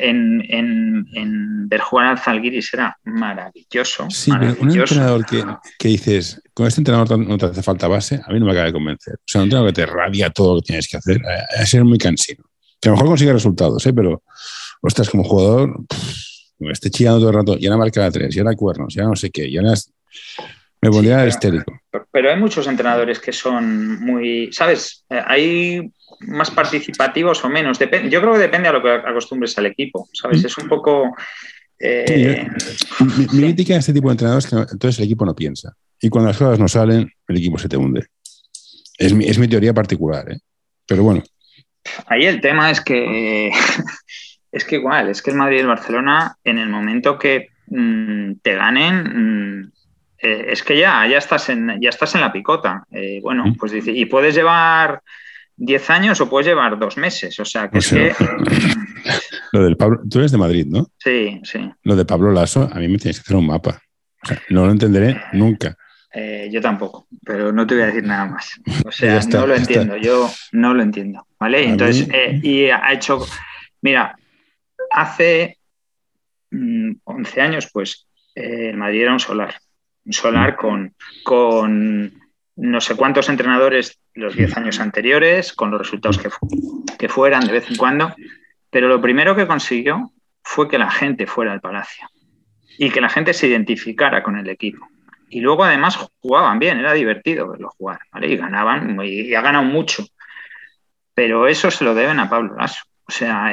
En ver jugar al Zalgiris era maravilloso. Sí, pero un entrenador que dices, con este entrenador no te hace falta base, a mí no me acaba de convencer. O sea, un entrenador que te radia todo lo que tienes que hacer, a ser muy cansino. Que a lo mejor consigue resultados, pero, ostras, como jugador, me esté chillando todo el rato, y ahora marca la 3, y ahora cuernos, y ahora no sé qué, y ahora me pondría histérico. Pero hay muchos entrenadores que son muy, ¿sabes? Hay más participativos o menos. Yo creo que depende a lo que acostumbres al equipo, ¿sabes? Es un poco Mi crítica a este tipo de entrenadores es que entonces el equipo no piensa. Y cuando las cosas no salen, el equipo se te hunde. Es mi teoría particular, ¿eh? Pero bueno. Ahí el tema es que es que igual, es que el Madrid y el Barcelona, en el momento que te ganen, es que ya estás en la picota. Bueno, pues dice, y puedes llevar 10 años o puedes llevar 2 meses. O sea, que que... Lo del Pablo, tú eres de Madrid, ¿no? Sí. Lo de Pablo Lasso, a mí me tienes que hacer un mapa. O sea, no lo entenderé nunca. Yo tampoco, pero no te voy a decir nada más. O sea, no lo entiendo, yo no lo entiendo, ¿vale? Entonces, y ha hecho... Mira, hace 11 años, pues, el Madrid era un solar con no sé cuántos entrenadores los 10 años anteriores, con los resultados que fueran de vez en cuando, pero lo primero que consiguió fue que la gente fuera al Palacio y que la gente se identificara con el equipo. Y luego además jugaban bien, era divertido verlo jugar, ¿vale? Y ganaban, y ha ganado mucho. Pero eso se lo deben a Pablo Lasso. O sea,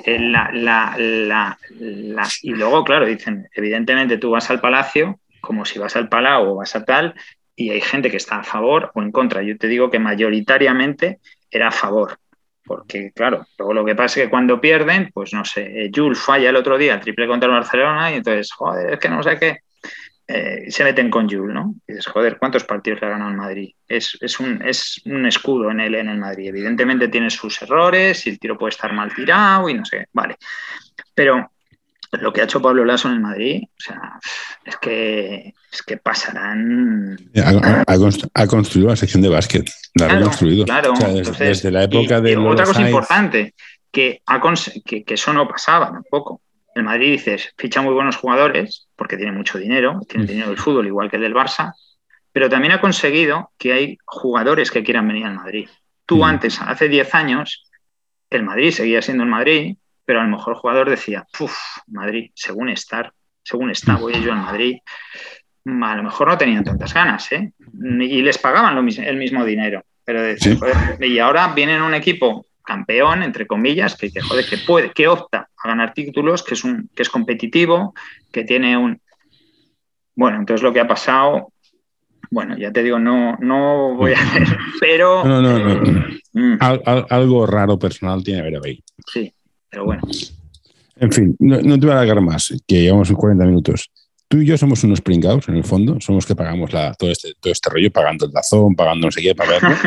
y luego, claro, dicen, evidentemente tú vas al Palacio, como si vas al Palau o vas a tal, y hay gente que está a favor o en contra. Yo te digo que mayoritariamente era a favor. Porque, claro, luego lo que pasa es que cuando pierden, pues no sé, Jules falla el otro día el triple contra el Barcelona y entonces, joder, es que no sé qué. Se meten con Jules, ¿no? Y dices, joder, ¿cuántos partidos le ha ganado el Madrid? Es un escudo en el Madrid. Evidentemente tiene sus errores y el tiro puede estar mal tirado y no sé, vale. Pero lo que ha hecho Pablo Lasso en el Madrid, o sea, es que pasarán... Ha construido la sección de básquet. La ha reconstruido. Claro. O sea, desde la época de los... Otra cosa importante, que eso no pasaba tampoco. El Madrid, dices, ficha muy buenos jugadores porque tiene mucho dinero, tiene el dinero del fútbol igual que el del Barça, pero también ha conseguido que hay jugadores que quieran venir al Madrid. Tú antes, hace 10 años, el Madrid seguía siendo el Madrid, pero a lo mejor el jugador decía, Madrid, según está, voy yo al Madrid. A lo mejor no tenían tantas ganas, ¿eh? Y les pagaban el mismo dinero. Pero decir, joder, y ahora vienen un equipo campeón, entre comillas, que opta a ganar títulos, que es competitivo, que tiene un... Bueno, entonces lo que ha pasado, bueno, ya te digo, no voy a hacer, pero... No. Algo raro personal tiene que haber ahí. Sí, pero bueno. En fin, no te voy a alargar más, que llevamos 40 minutos. Tú y yo somos unos pringados, en el fondo. Somos los que pagamos todo este rollo, pagando el DAZN, pagando no sé qué para verlo.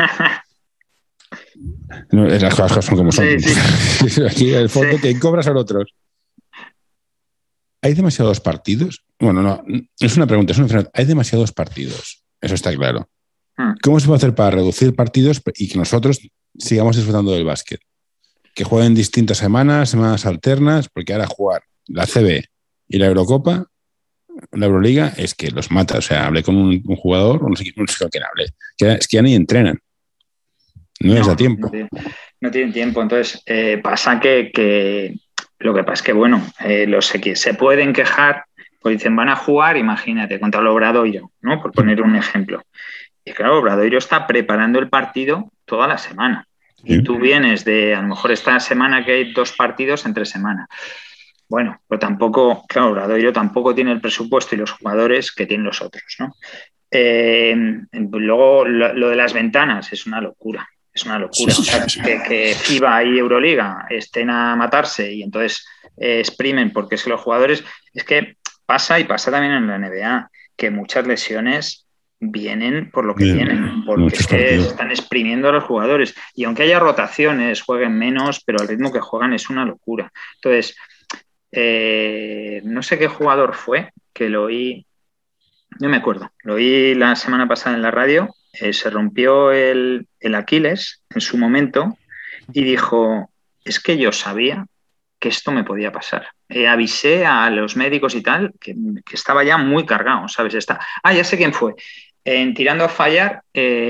No, las cosas son como son. Sí. Aquí, en el fondo, que cobras a otros. ¿Hay demasiados partidos? Bueno, no es una pregunta, es una pregunta. ¿Hay demasiados partidos? Eso está claro. ¿Cómo se puede hacer para reducir partidos y que nosotros sigamos disfrutando del básquet? Que jueguen distintas semanas alternas, porque ahora jugar la CB y la Eurocopa, la Euroliga, es que los mata. O sea, hablé con un jugador, no sé con quién hablé, es que ya ni entrenan. No les da tiempo. No tienen tiempo. Entonces, pasa que lo que pasa es que, bueno, los que se pueden quejar, pues dicen, van a jugar, imagínate, contra el Obradoiro, ¿no? Por poner un ejemplo. Y claro, Obradoiro está preparando el partido toda la semana. Sí. Y tú vienes de, a lo mejor esta semana que hay 2 partidos entre semana. Bueno, pero tampoco, claro, Obradoiro tampoco tiene el presupuesto y los jugadores que tienen los otros, ¿no? Luego, lo de las ventanas es una locura. Es una locura. Sí. O sea, que FIBA y Euroliga estén a matarse y entonces exprimen porque es que los jugadores... Es que pasa también en la NBA, que muchas lesiones vienen por lo que tienen, porque es que están exprimiendo a los jugadores. Y aunque haya rotaciones, jueguen menos, pero el ritmo que juegan es una locura. Entonces, no sé qué jugador fue, que lo oí, no me acuerdo, lo oí la semana pasada en la radio, se rompió el Aquiles en su momento y dijo, es que yo sabía que esto me podía pasar. Avisé a los médicos y tal, que estaba ya muy cargado, ¿sabes? Ya sé quién fue. Tirando a fallar,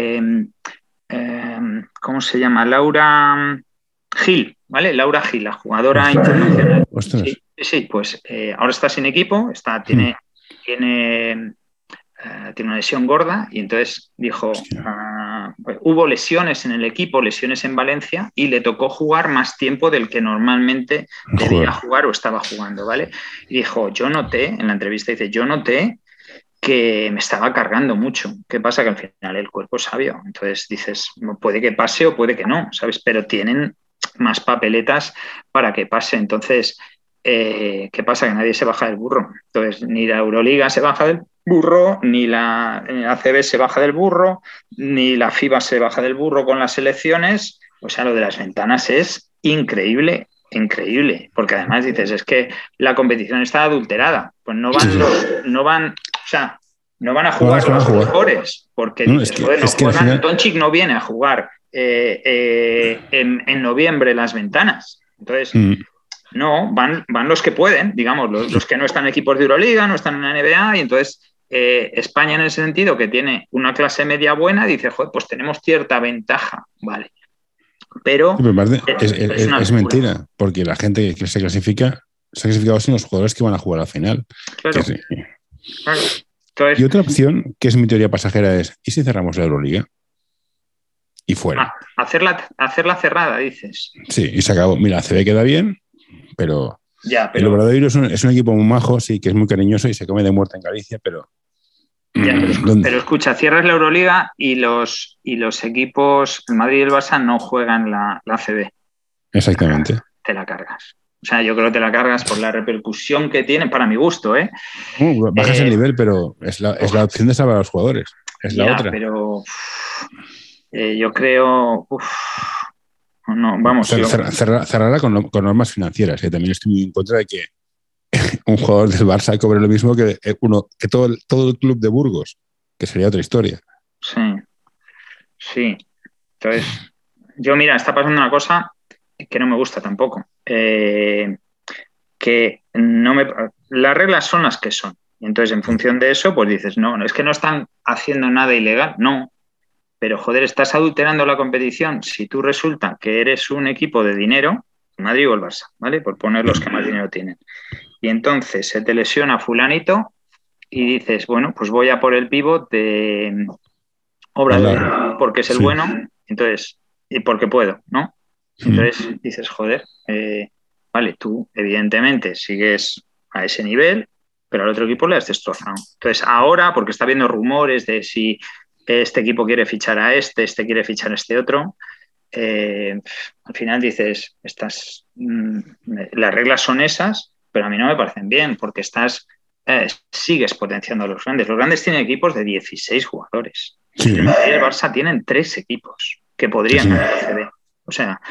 ¿cómo se llama? Laura Gil, ¿vale? Laura Gil, la jugadora internacional. Sí, pues ahora está sin equipo, tiene una lesión gorda y entonces dijo, hubo lesiones en el equipo, lesiones en Valencia, y le tocó jugar más tiempo del que normalmente debía jugar o estaba jugando, ¿vale? Y dijo, en la entrevista dice, yo noté que me estaba cargando mucho. ¿Qué pasa? Que al final el cuerpo es sabio. Entonces dices, puede que pase o puede que no, ¿sabes? Pero tienen más papeletas para que pase. Entonces, ¿qué pasa? Que nadie se baja del burro. Entonces, ni la Euroliga se baja del burro, ni la ACB se baja del burro, ni la FIBA se baja del burro con las selecciones. O sea, lo de las ventanas es increíble, porque además dices, es que la competición está adulterada. Pues no van a jugar los mejores, porque dices, juegan, Doncic no viene a jugar en noviembre las ventanas. Entonces, no, van los que pueden, digamos, los que no están en equipos de Euroliga, no están en la NBA, y entonces España en ese sentido, que tiene una clase media buena, dice, joder, pues tenemos cierta ventaja, vale. Pero es mentira, porque la gente que se clasifica se ha clasificado sin los jugadores que van a jugar al final. Claro. Entonces, y otra opción, que es mi teoría pasajera, es ¿y si cerramos la Euroliga? Y fuera. Hacerla cerrada, dices. Sí, y se acabó. Mira, ACB queda bien, pero el Obradoiro es un equipo muy majo, sí, que es muy cariñoso y se come de muerte en Galicia, pero... pero escucha, cierras la Euroliga y los equipos, el Madrid y el Barça, no juegan la ACB. Exactamente. Te la cargas. O sea, yo creo que te la cargas por la repercusión que tiene, para mi gusto, ¿eh? Bajas el nivel, pero es la opción de salvar a los jugadores. Es la otra. Pero yo creo... no, vamos. Cerrarla con normas financieras. También estoy muy en contra de que un jugador del Barça cobre lo mismo que todo el club de Burgos, que sería otra historia. Sí. Entonces, mira, está pasando una cosa que no me gusta tampoco. Las reglas son las que son. Y entonces, en función de eso, pues dices, no, es que no están haciendo nada ilegal. No. Pero, joder, estás adulterando la competición. Si tú resulta que eres un equipo de dinero, el Madrid o el Barça, ¿vale? Por poner los que más dinero tienen. Y entonces se te lesiona fulanito y dices, bueno, pues voy a por el pívot de Obradoiro, porque es el bueno, entonces, y porque puedo, ¿no? Entonces dices, joder, vale, tú evidentemente sigues a ese nivel, pero al otro equipo le has destrozado. Entonces ahora, porque está habiendo rumores de si este equipo quiere fichar a este quiere fichar a este otro, al final dices, las reglas son esas, pero a mí no me parecen bien, porque sigues potenciando a los grandes. Los grandes tienen equipos de 16 jugadores. Sí. El Madrid y el Barça tienen 3 equipos que podrían ganar el CB. O sea,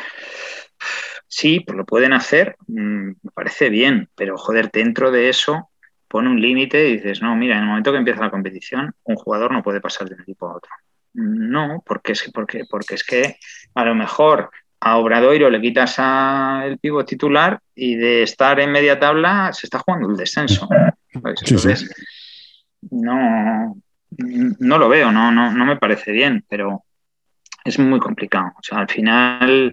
sí, pues lo pueden hacer, me parece bien, pero joder, dentro de eso pone un límite y dices, no, mira, en el momento que empieza la competición, un jugador no puede pasar de un equipo a otro. No, porque es que a lo mejor a Obradoiro le quitas el pívot titular y de estar en media tabla se está jugando el descenso. Entonces, no lo veo, no me parece bien, pero es muy complicado. O sea, al final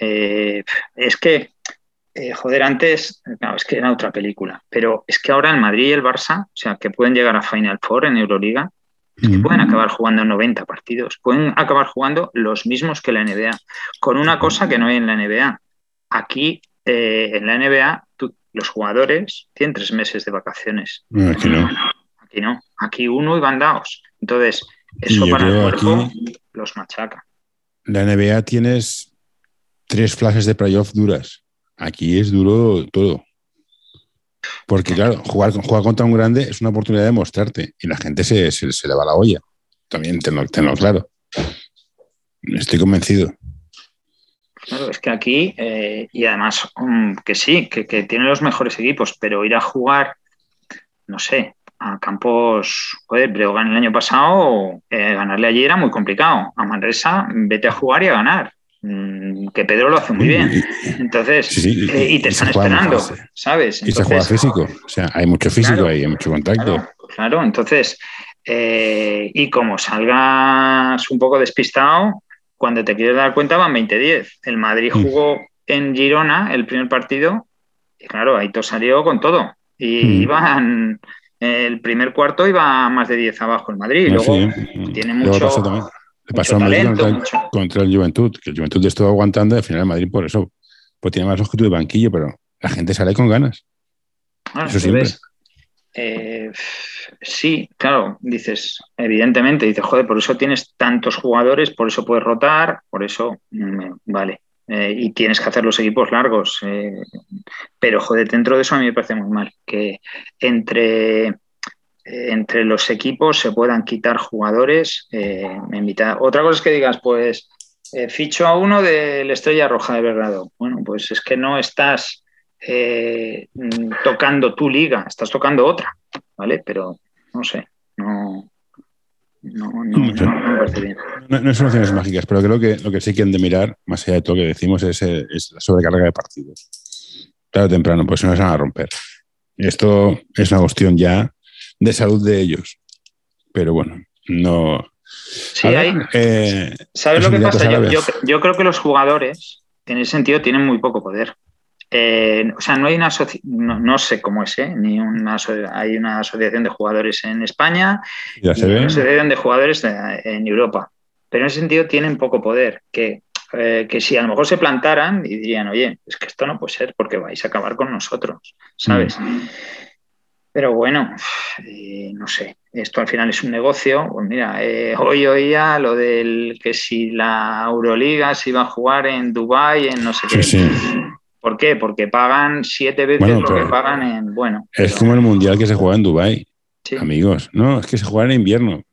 es que, joder, antes, claro, es que era otra película, pero es que ahora el Madrid y el Barça, o sea, que pueden llegar a Final Four en Euroliga, es que pueden acabar jugando 90 partidos, pueden acabar jugando los mismos que la NBA, con una cosa que no hay en la NBA. Aquí, en la NBA, los jugadores tienen 3 meses de vacaciones. Aquí no. Aquí uno y van dados. Entonces, eso para el cuerpo los machaca. La NBA tienes 3 fases de playoff duras. Aquí es duro todo. Porque, claro, jugar contra un grande es una oportunidad de mostrarte y la gente se le va la olla. También tenlo claro. Estoy convencido. Claro, es que aquí, y además que sí, que tiene los mejores equipos, pero ir a jugar, no sé, a campos, joder, Breogán el año pasado, ganarle allí era muy complicado. A Manresa, vete a jugar y a ganar. Que Pedro lo hace muy bien. Entonces, y te están esperando, ¿sabes? Entonces, y se juega físico. O sea, hay mucho físico ahí, hay mucho contacto. Claro. Entonces, y como salgas un poco despistado, cuando te quieres dar cuenta van 20-10. El Madrid jugó en Girona el primer partido y claro, Aitor salió con todo. Y iban... El primer cuarto iba más de 10 abajo el Madrid. Luego tiene mucho... Le pasó a Madrid contra el Juventud, que el Juventud estuvo aguantando y al final el Madrid por eso pues tiene más ojos de banquillo, pero la gente sale con ganas. Eso siempre. Sí, claro, dices, evidentemente, dices, joder, por eso tienes tantos jugadores, por eso puedes rotar, por eso, vale. Y tienes que hacer los equipos largos. Pero, joder, dentro de eso a mí me parece muy mal que entre los equipos se puedan quitar jugadores en mitad. Otra cosa es que digas, pues, ficho a uno del Estrella Roja de Belgrado. Bueno, pues es que no estás tocando tu liga, estás tocando otra, ¿vale? Pero, no sé, no me parece bien. No hay soluciones mágicas, pero creo que lo que sí que han de mirar, más allá de todo lo que decimos, es la sobrecarga de partidos. Claro, temprano, pues no se van a romper. Esto es una cuestión ya de salud de ellos. Pero bueno, no... Sí, ¿sabes lo que pasa? Yo creo que los jugadores, en ese sentido, tienen muy poco poder. O sea, no hay una no sé cómo es, hay una asociación de jugadores en España y una asociación de jugadores en Europa. Pero en ese sentido tienen poco poder. Que si a lo mejor se plantaran y dirían, oye, es que esto no puede ser porque vais a acabar con nosotros, ¿sabes? Pero bueno, no sé, esto al final es un negocio. Pues mira, hoy oía lo del que si la Euroliga se iba a jugar en Dubái, en no sé qué. Sí. ¿Por qué? Porque pagan 7 veces lo que pagan en... Es como el Mundial que se juega en Dubái, sí. Amigos. No, es que se juega en invierno.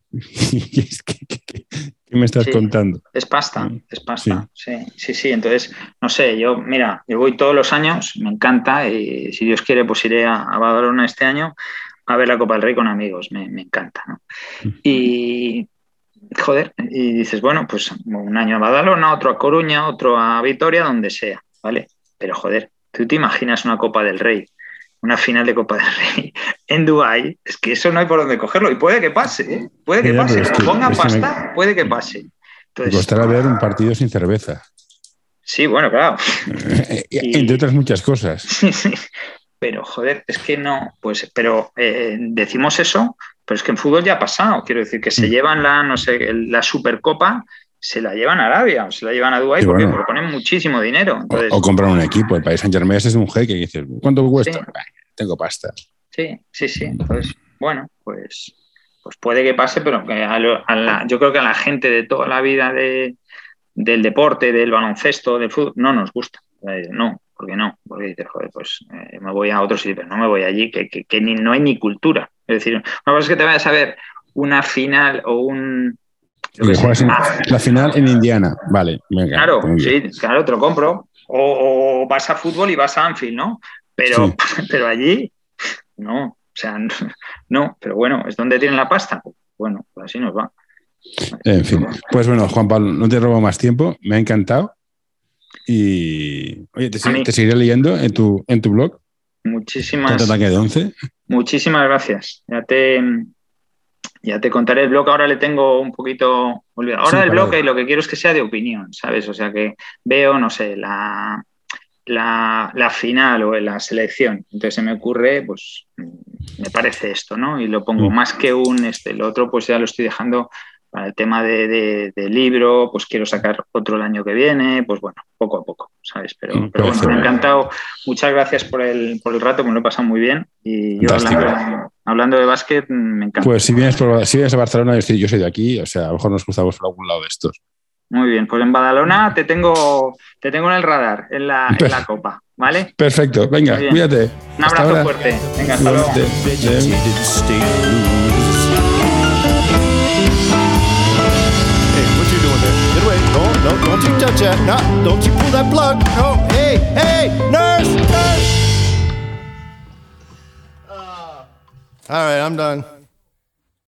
¿Qué me estás contando? Es pasta. Sí. Entonces, no sé, yo voy todos los años, me encanta, y si Dios quiere, pues iré a Badalona este año a ver la Copa del Rey con amigos, me encanta, ¿no? Y, joder, y dices, bueno, pues un año a Badalona, otro a Coruña, otro a Vitoria, donde sea, ¿vale? Pero, joder, ¿tú te imaginas una Copa del Rey, una final de Copa del Rey en Dubái? Es que eso no hay por dónde cogerlo y puede que pase, ¿eh? Puede que pase. Como pongan pasta, puede que pase. Entonces, me costará ver un partido sin cerveza. Sí, bueno, claro. Entre otras muchas cosas. Sí. Pero, joder, es que no, pues, pero decimos eso, pero es que en fútbol ya ha pasado. Quiero decir que se llevan la Supercopa, se la llevan a Arabia o se la llevan a Dubái porque proponen muchísimo dinero. Entonces, o compran un equipo. El Paris Saint-Germain es un jeque y dices, ¿cuánto cuesta? Sí. Tengo pasta. Sí. Entonces, bueno, pues puede que pase, pero que yo creo que a la gente de toda la vida del deporte, del baloncesto, del fútbol, no nos gusta. No, ¿por qué no? Porque dices, joder, pues me voy a otro sitio, pero no me voy allí, que no hay ni cultura. Es decir, una cosa es que te vayas a ver una final o un... La final en Indiana, vale. Venga, claro, sí, claro, te lo compro. O vas a fútbol y vas a Anfield, ¿no? Pero allí, no. O sea, no. Pero bueno, ¿es donde tienen la pasta? Bueno, pues así nos va. En fin. Pues bueno, Juan Pablo, no te robo más tiempo. Me ha encantado. Y oye, te seguiré leyendo en tu blog. Muchísimas Ataque de 11. Muchísimas gracias. Ya te contaré el blog. Ahora le tengo un poquito olvidado. Ahora el blog lo que quiero es que sea de opinión, ¿sabes? O sea, que veo, no sé, la final o la selección. Entonces se me ocurre, pues, me parece esto, ¿no? Y lo pongo más que lo otro, pues ya lo estoy dejando para el tema de libro, pues quiero sacar otro el año que viene, pues bueno, poco a poco, ¿sabes? Pero bueno, me ha encantado. Muchas gracias por el rato, me lo he pasado muy bien. Y yo hablando de básquet, me encanta. Pues si vienes a Barcelona, yo soy de aquí, o sea, a lo mejor nos cruzamos por algún lado de estos. Muy bien, pues en Badalona te tengo en el radar, en la Copa, ¿vale? Perfecto, venga, cuídate. Un abrazo fuerte. Venga, hasta luego. No, don't you touch that. No, don't you pull that plug. No, hey, nurse. All right, I'm done.